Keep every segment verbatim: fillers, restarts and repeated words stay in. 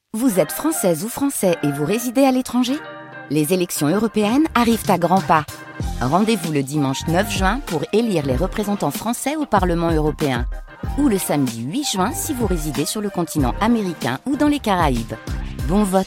Vous êtes française ou français et vous résidez à l'étranger ? Les élections européennes arrivent à grands pas. Rendez-vous le dimanche neuf juin pour élire les représentants français au Parlement européen. Ou le samedi huit juin si vous résidez sur le continent américain ou dans les Caraïbes. Bon vote!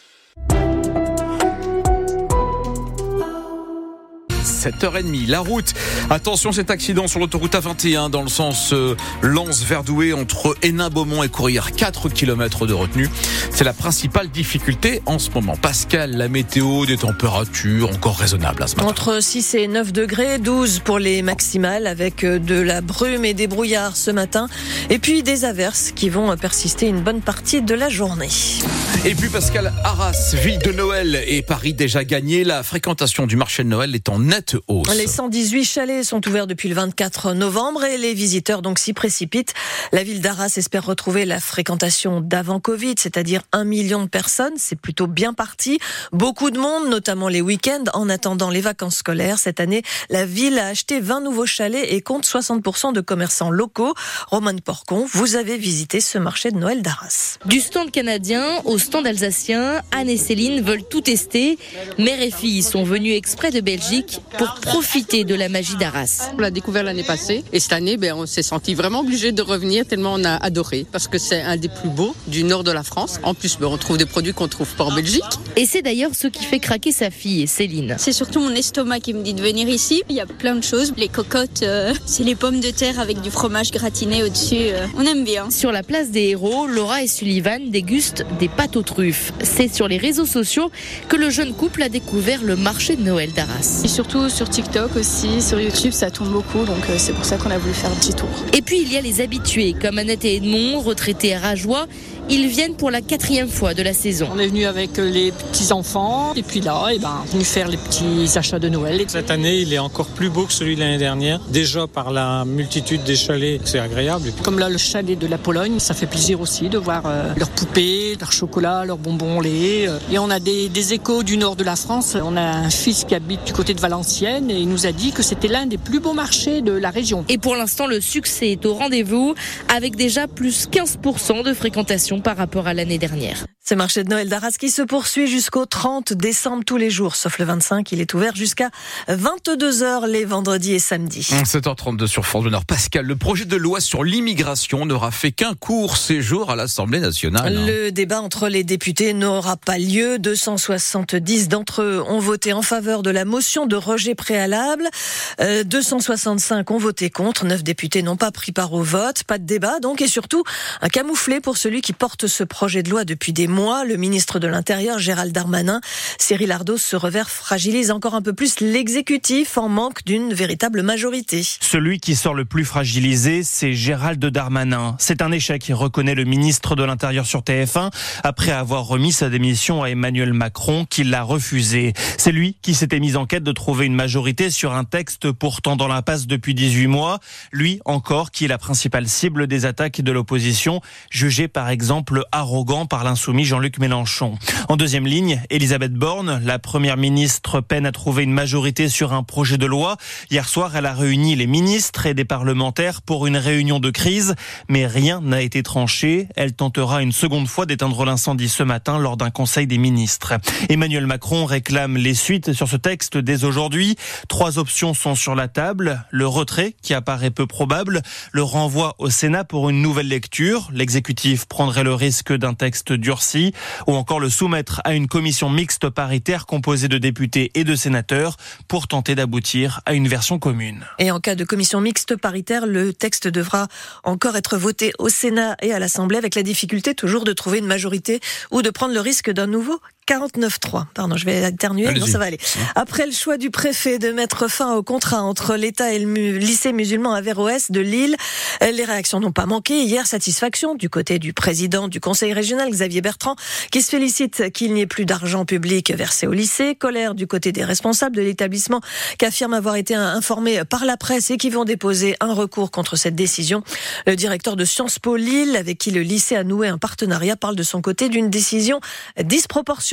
sept heures trente, la route. Attention, cet accident sur l'autoroute A vingt et un dans le sens euh, Lens-Verdoué entre Hénin-Beaumont et Courrières. quatre kilomètres de retenue. C'est la principale difficulté en ce moment. Pascal, la météo, des températures encore raisonnables à ce matin. Entre six et neuf degrés, douze pour les maximales avec de la brume et des brouillards ce matin. Et puis des averses qui vont persister une bonne partie de la journée. Et puis Pascal, Arras, ville de Noël et Paris déjà gagné. La fréquentation du marché de Noël est en nette hausse. Les cent dix-huit chalets sont ouverts depuis le vingt-quatre novembre et les visiteurs donc s'y précipitent. La ville d'Arras espère retrouver la fréquentation d'avant Covid, c'est-à-dire un million de personnes. C'est plutôt bien parti. Beaucoup de monde, notamment les week-ends, en attendant les vacances scolaires. Cette année, la ville a acheté vingt nouveaux chalets et compte soixante pour cent de commerçants locaux. Romane Porcon, vous avez visité ce marché de Noël d'Arras. Du stand canadien au stand alsacien, Anne et Céline veulent tout tester. Mère et fille sont venues exprès de Belgique pour profiter de la magie d'Arras. On l'a découvert l'année passée et cette année, ben, on s'est senti vraiment obligé de revenir tellement on a adoré parce que c'est un des plus beaux du nord de la France. En plus, ben, on trouve des produits qu'on ne trouve pas en Belgique. Et c'est d'ailleurs ce qui fait craquer sa fille, Céline. C'est surtout mon estomac qui me dit de venir ici. Il y a plein de choses. Les cocottes, euh, c'est les pommes de terre avec du fromage gratiné au-dessus. Euh, on aime bien. Sur la place des Héros, Laura et Sullivan dégustent des pâtes aux truffes. C'est sur les réseaux sociaux que le jeune couple a découvert le marché de Noël d'Arras. Et surtout sur TikTok aussi, sur YouTube, ça tourne beaucoup, donc c'est pour ça qu'on a voulu faire un petit tour. Et puis il y a les habitués, comme Annette et Edmond, retraités à Rajoie. Ils viennent pour la quatrième fois de la saison. On est venu avec les petits-enfants et puis là, eh ben, venu faire les petits achats de Noël. Cette année, il est encore plus beau que celui de l'année dernière. Déjà par la multitude des chalets, c'est agréable. Comme là, le chalet de la Pologne, ça fait plaisir aussi de voir euh, leurs poupées, leurs chocolats, leurs bonbons au lait. Et on a des, des échos du nord de la France. On a un fils qui habite du côté de Valenciennes et il nous a dit que c'était l'un des plus beaux marchés de la région. Et pour l'instant, le succès est au rendez-vous avec déjà plus quinze pour cent de fréquentation par rapport à l'année dernière. Ce marché de Noël d'Arras qui se poursuit jusqu'au trente décembre tous les jours, sauf le vingt-cinq, il est ouvert jusqu'à vingt-deux heures les vendredis et samedis. sept heures trente-deux sur France Bleu Nord. Pascal, le projet de loi sur l'immigration n'aura fait qu'un court séjour à l'Assemblée nationale. Le débat entre les députés n'aura pas lieu. deux cent soixante-dix d'entre eux ont voté en faveur de la motion de rejet préalable. Euh, deux cent soixante-cinq ont voté contre. neuf députés n'ont pas pris part au vote. Pas de débat donc, et surtout un camouflet pour celui qui porte ce projet de loi depuis des mois. Le ministre de l'Intérieur, Gérald Darmanin. Cyril Ardos, ce revers fragilise encore un peu plus l'exécutif en manque d'une véritable majorité. Celui qui sort le plus fragilisé, c'est Gérald Darmanin. C'est un échec, reconnaît le ministre de l'Intérieur sur T F un, après avoir remis sa démission à Emmanuel Macron, qui l'a refusé. C'est lui qui s'était mis en quête de trouver une majorité sur un texte pourtant dans l'impasse depuis dix-huit mois. Lui encore, qui est la principale cible des attaques de l'opposition, jugé par exemple arrogant par l'insoumis Jean-Luc Mélenchon. En deuxième ligne, Elisabeth Borne, la première ministre, peine à trouver une majorité sur un projet de loi. Hier soir, elle a réuni les ministres et des parlementaires pour une réunion de crise, mais rien n'a été tranché. Elle tentera une seconde fois d'éteindre l'incendie ce matin lors d'un conseil des ministres. Emmanuel Macron réclame les suites sur ce texte dès aujourd'hui. Trois options sont sur la table. Le retrait, qui apparaît peu probable. Le renvoi au Sénat pour une nouvelle lecture. L'exécutif prendrait le risque d'un texte durci. Ou encore le soumettre à une commission mixte paritaire composée de députés et de sénateurs pour tenter d'aboutir à une version commune. Et en cas de commission mixte paritaire, le texte devra encore être voté au Sénat et à l'Assemblée, avec la difficulté toujours de trouver une majorité ou de prendre le risque d'un nouveau quarante-neuf trois. Pardon, je vais éternuer. Allez-y. Non, ça va aller. Après le choix du préfet de mettre fin au contrat entre l'État et le mu- lycée musulman Averroès de Lille, les réactions n'ont pas manqué. Hier, satisfaction du côté du président du conseil régional, Xavier Bertrand, qui se félicite qu'il n'y ait plus d'argent public versé au lycée. Colère du côté des responsables de l'établissement, qui affirment avoir été informés par la presse et qui vont déposer un recours contre cette décision. Le directeur de Sciences Po Lille, avec qui le lycée a noué un partenariat, parle de son côté d'une décision disproportionnée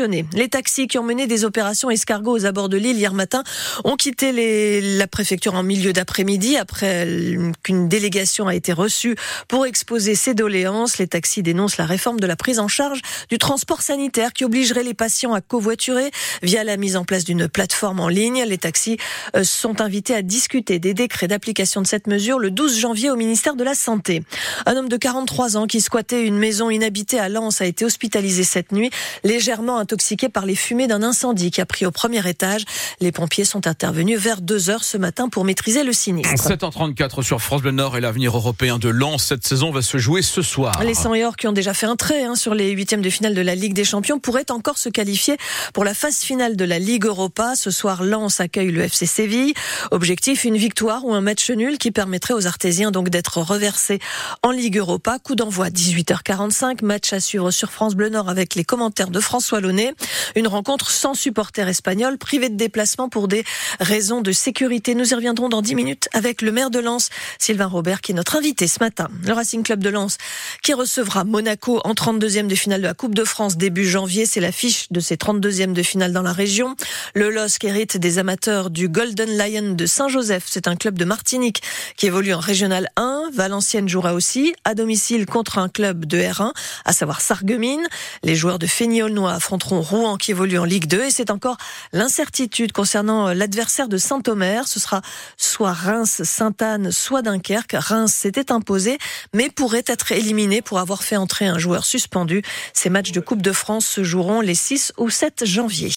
sanctionnés. Les taxis qui ont mené des opérations escargots aux abords de l'île hier matin ont quitté les, la préfecture en milieu d'après-midi après qu'une délégation a été reçue pour exposer ses doléances. Les taxis dénoncent la réforme de la prise en charge du transport sanitaire qui obligerait les patients à covoiturer via la mise en place d'une plateforme en ligne. Les taxis sont invités à discuter des décrets d'application de cette mesure le douze janvier au ministère de la Santé. Un homme de quarante-trois ans qui squattait une maison inhabitée à Lens a été hospitalisé cette nuit, légèrement intoxiqué par les fumées d'un incendie qui a pris au premier étage. Les pompiers sont intervenus vers deux heures ce matin pour maîtriser le sinistre. sept heures trente-quatre sur France Bleu Nord et l'avenir européen de Lens. Cette saison va se jouer ce soir. Les Seniors qui ont déjà fait un trait hein, sur les huitièmes de finale de la Ligue des Champions pourraient encore se qualifier pour la phase finale de la Ligue Europa. Ce soir, Lens accueille le F C Séville. Objectif, une victoire ou un match nul qui permettrait aux Artésiens donc d'être reversés en Ligue Europa. Coup d'envoi dix-huit heures quarante-cinq. Match à suivre sur France Bleu Nord avec les commentaires de François Launay. Une rencontre sans supporters espagnols, privés de déplacement pour des raisons de sécurité. Nous y reviendrons dans dix minutes avec le maire de Lens, Sylvain Robert, qui est notre invité ce matin. Le Racing Club de Lens qui recevra Monaco en trente-deuxième de finale de la Coupe de France début janvier. C'est l'affiche de ces trente-deuxièmes de finale dans la région. Le L O S C hérite des amateurs du Golden Lion de Saint-Joseph. C'est un club de Martinique qui évolue en Régional un. Valenciennes jouera aussi à domicile contre un club de R un, à savoir Sarreguemines. Les joueurs de Fény-Aulnois affronteront Rouen qui évolue en Ligue deux. Et c'est encore l'incertitude concernant l'adversaire de Saint-Omer. Ce sera soit Reims, Sainte-Anne, soit Dunkerque. Reims s'était imposé, mais pourrait être éliminé pour avoir fait entrer un joueur suspendu. Ces matchs de Coupe de France se joueront les six ou sept janvier.